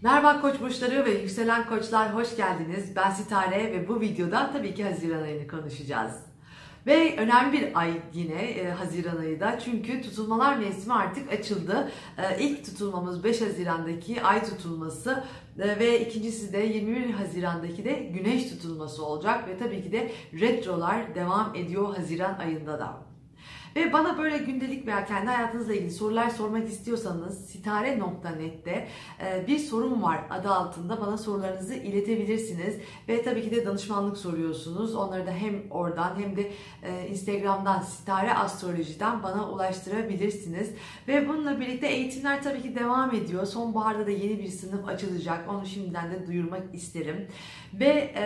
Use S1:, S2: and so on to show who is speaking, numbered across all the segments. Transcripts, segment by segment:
S1: Merhaba koç burçları ve yükselen koçlar, hoş geldiniz. Ben Sitare ve bu videoda tabii ki Haziran ayını konuşacağız. Ve önemli bir ay yine Haziran ayı da, çünkü tutulmalar mevsimi artık açıldı. İlk tutulmamız 5 Haziran'daki ay tutulması ve ikincisi de 21 Haziran'daki de güneş tutulması olacak ve tabii ki de retrolar devam ediyor Haziran ayında da. Ve bana böyle gündelik veya kendi hayatınızla ilgili sorular sormak istiyorsanız sitare.net'te bir sorum var adı altında bana sorularınızı iletebilirsiniz. Ve tabii ki de danışmanlık soruyorsunuz. Onları da hem oradan hem de Instagram'dan, Sitare Astroloji'den bana ulaştırabilirsiniz. Ve bununla birlikte eğitimler tabii ki devam ediyor. Sonbaharda da yeni bir sınıf açılacak. Onu şimdiden de duyurmak isterim. Ve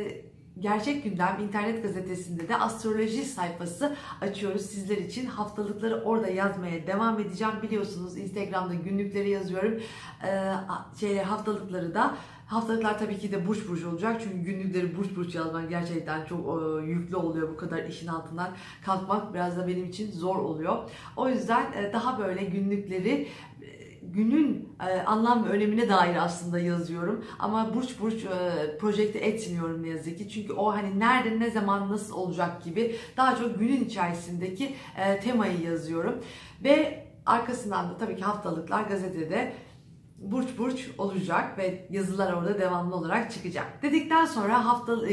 S1: Gerçek Gündem internet gazetesinde de astroloji sayfası açıyoruz sizler için. Haftalıkları orada yazmaya devam edeceğim. Biliyorsunuz Instagram'da günlükleri yazıyorum. Haftalıkları da. Haftalıklar tabii ki de burç burç olacak. Çünkü günlükleri burç burç yazmak gerçekten çok yüklü oluyor. Bu kadar işin altından kalkmak biraz da benim için zor oluyor. O yüzden daha böyle günlükleri günün anlam ve önemine dair aslında yazıyorum. Ama burç burç projekte etmiyorum ne yazık ki. Çünkü o hani nerede, ne zaman, nasıl olacak gibi daha çok günün içerisindeki temayı yazıyorum. Ve arkasından da tabii ki haftalıklar gazetede burç burç olacak ve yazılar orada devamlı olarak çıkacak. Dedikten sonra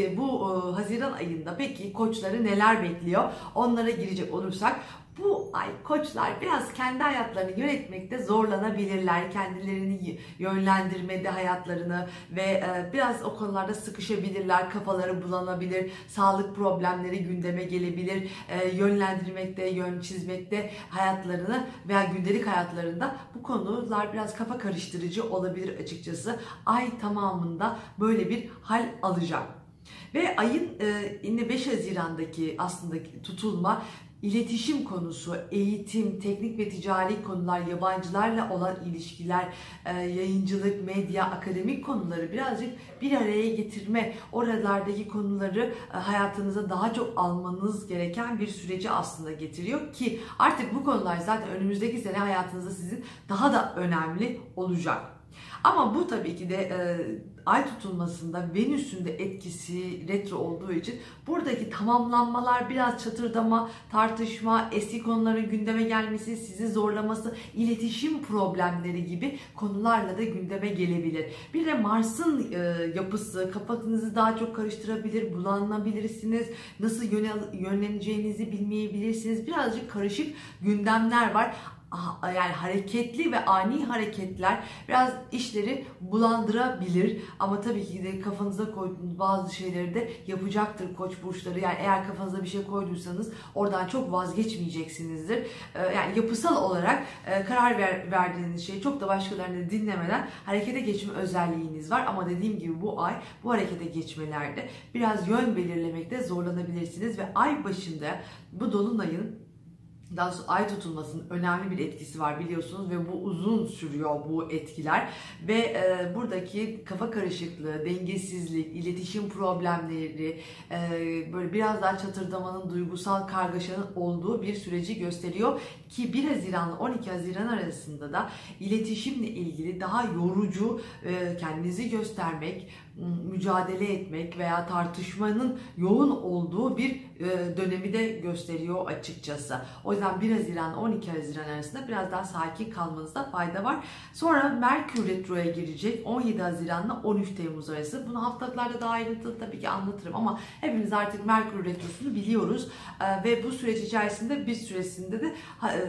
S1: bu Haziran ayında peki koçları neler bekliyor? Onlara girecek olursak, bu ay koçlar biraz kendi hayatlarını yönetmekte zorlanabilirler. Kendilerini yönlendirmede hayatlarını ve biraz o konularda sıkışabilirler. Kafaları bulanabilir. Sağlık problemleri gündeme gelebilir. Yönlendirmekte, yön çizmekte hayatlarını veya gündelik hayatlarında bu konular biraz kafa karıştırıcı olabilir açıkçası. Ay tamamında böyle bir hal alacak. Ve ayın yine 5 Haziran'daki aslında tutulma İletişim konusu, eğitim, teknik ve ticari konular, yabancılarla olan ilişkiler, yayıncılık, medya, akademik konuları birazcık bir araya getirme, oralardaki konuları hayatınıza daha çok almanız gereken bir süreci aslında getiriyor ki artık bu konular zaten önümüzdeki sene hayatınızda sizin daha da önemli olacak. Ama bu tabii ki de ay tutulmasında Venüs'ün de etkisi retro olduğu için buradaki tamamlanmalar, biraz çatırdama, tartışma, eski konuların gündeme gelmesi, sizi zorlaması, iletişim problemleri gibi konularla da gündeme gelebilir. Bir de Mars'ın yapısı kafanızı daha çok karıştırabilir, bulanabilirsiniz, nasıl yönleneceğinizi bilmeyebilirsiniz. Birazcık karışık gündemler var. Yani hareketli ve ani hareketler biraz işleri bulandırabilir ama tabii ki de kafanıza koyduğunuz bazı şeyleri de yapacaktır koç burçları. Yani eğer kafanıza bir şey koyduysanız oradan çok vazgeçmeyeceksinizdir. Yani yapısal olarak karar verdiğiniz şeyi çok da başkalarını dinlemeden harekete geçme özelliğiniz var ama dediğim gibi bu ay bu harekete geçmelerde biraz yön belirlemekte zorlanabilirsiniz ve ay başında bu dolunayın, daha sonra ay tutulmasının önemli bir etkisi var biliyorsunuz ve bu uzun sürüyor bu etkiler ve buradaki kafa karışıklığı, dengesizlik, iletişim problemleri, böyle biraz daha çatırdamanın, duygusal kargaşanın olduğu bir süreci gösteriyor ki 1 Haziran ile 12 Haziran arasında da iletişimle ilgili daha yorucu, kendinizi göstermek, mücadele etmek veya tartışmanın yoğun olduğu bir dönemi de gösteriyor açıkçası. O yüzden 1 Haziran 12 Haziran arasında biraz daha sakin kalmanızda fayda var. Sonra Merkür Retro'ya girecek 17 Haziran ile 13 Temmuz arası. Bunu haftalıklarda daha ayrıntılı tabii ki anlatırım ama hepimiz artık Merkür Retro'sunu biliyoruz. Ve bu süreç içerisinde bir süresinde de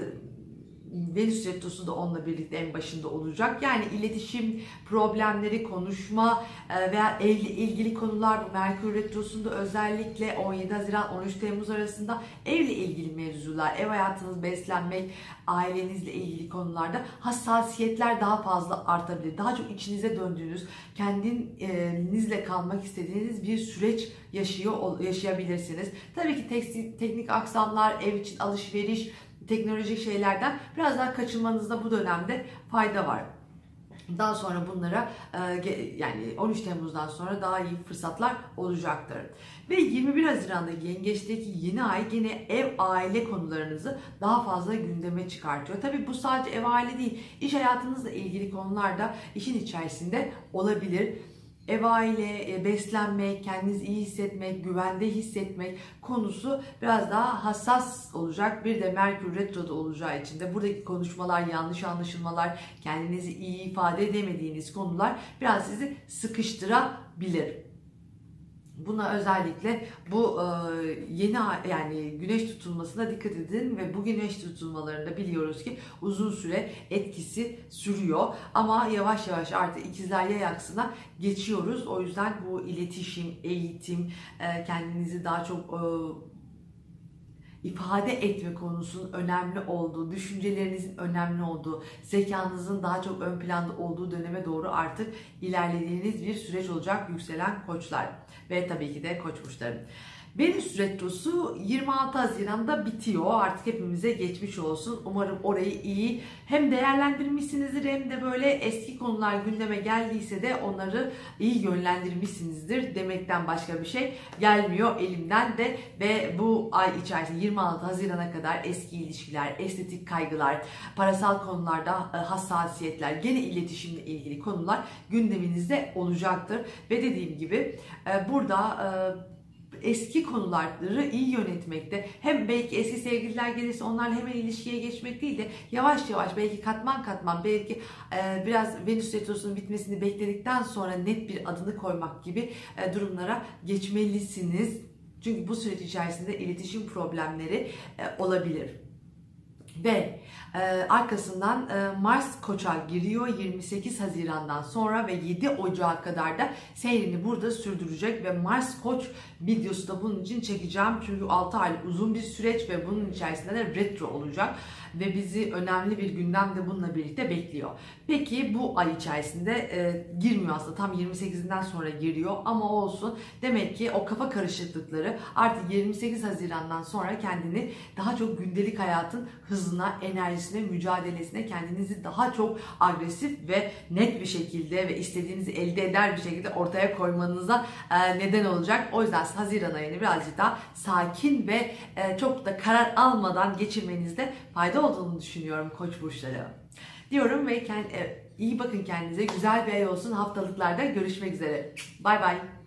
S1: Venüs Retrosu da onunla birlikte en başında olacak. Yani iletişim problemleri, konuşma veya evle ilgili konular, bu Merkür Retrosu'nda özellikle 17 Haziran 13 Temmuz arasında evle ilgili mevzular, ev hayatınız, beslenmek, ailenizle ilgili konularda hassasiyetler daha fazla artabilir. Daha çok içinize döndüğünüz, kendinizle kalmak istediğiniz bir süreç yaşayabilirsiniz. Tabii ki teknik aksamlar, ev için alışveriş, teknolojik şeylerden biraz daha kaçınmanızda bu dönemde fayda var. Daha sonra bunlara yani 13 Temmuz'dan sonra daha iyi fırsatlar olacaktır. Ve 21 Haziran'da Yengeç'teki yeni ay gene ev aile konularınızı daha fazla gündeme çıkartıyor. Tabii bu sadece ev aile değil, iş hayatınızla ilgili konular da işin içerisinde olabilir. Ev aile, beslenmek, kendinizi iyi hissetmek, güvende hissetmek konusu biraz daha hassas olacak. Bir de Merkür Retro'da olacağı için de buradaki konuşmalar, yanlış anlaşılmalar, kendinizi iyi ifade edemediğiniz konular biraz sizi sıkıştırabilir. Buna özellikle bu yeni yani güneş tutulmasına dikkat edin ve bu güneş tutulmalarında biliyoruz ki uzun süre etkisi sürüyor ama yavaş yavaş artık ikizler yay aksına geçiyoruz. O yüzden bu iletişim, eğitim, kendinizi daha çok ifade etme konusunun önemli olduğu, düşüncelerinizin önemli olduğu, zekanızın daha çok ön planda olduğu döneme doğru artık ilerlediğiniz bir süreç olacak yükselen koçlar ve tabii ki de koç burçları. Venüs Retrosu 26 Haziran'da bitiyor. Artık hepimize geçmiş olsun. Umarım orayı iyi hem değerlendirmişsinizdir hem de böyle eski konular gündeme geldiyse de onları iyi yönlendirmişsinizdir demekten başka bir şey gelmiyor elimden de. Ve bu ay içerisinde 26 Haziran'a kadar eski ilişkiler, estetik kaygılar, parasal konularda hassasiyetler, gene iletişimle ilgili konular gündeminizde olacaktır. Ve dediğim gibi burada eski konuları iyi yönetmekte, hem belki eski sevgililer gelirse onlarla hemen ilişkiye geçmek değil de yavaş yavaş belki katman katman belki biraz Venüs Retrosu'nun bitmesini bekledikten sonra net bir adını koymak gibi durumlara geçmelisiniz. Çünkü bu süreç içerisinde iletişim problemleri olabilir. Ve arkasından Mars Koç'a giriyor 28 Haziran'dan sonra ve 7 Ocak'a kadar da seyrini burada sürdürecek ve Mars Koç videosu da bunun için çekeceğim. Çünkü 6 aylık uzun bir süreç ve bunun içerisinde de retro olacak ve bizi önemli bir gündem de bununla birlikte bekliyor. Peki bu ay içerisinde girmiyor aslında, tam 28'inden sonra giriyor ama olsun. Demek ki o kafa karışıklıkları artık 28 Haziran'dan sonra kendini daha çok gündelik hayatın hızına, enerjisine, mücadelesine kendinizi daha çok agresif ve net bir şekilde ve istediğinizi elde eder bir şekilde ortaya koymanıza neden olacak. O yüzden Haziran ayını birazcık daha sakin ve çok da karar almadan geçirmenizde fayda olduğunu düşünüyorum koç burçları. Diyorum ve iyi bakın kendinize. Güzel bir ay olsun. Haftalıklarda görüşmek üzere. Bay bay.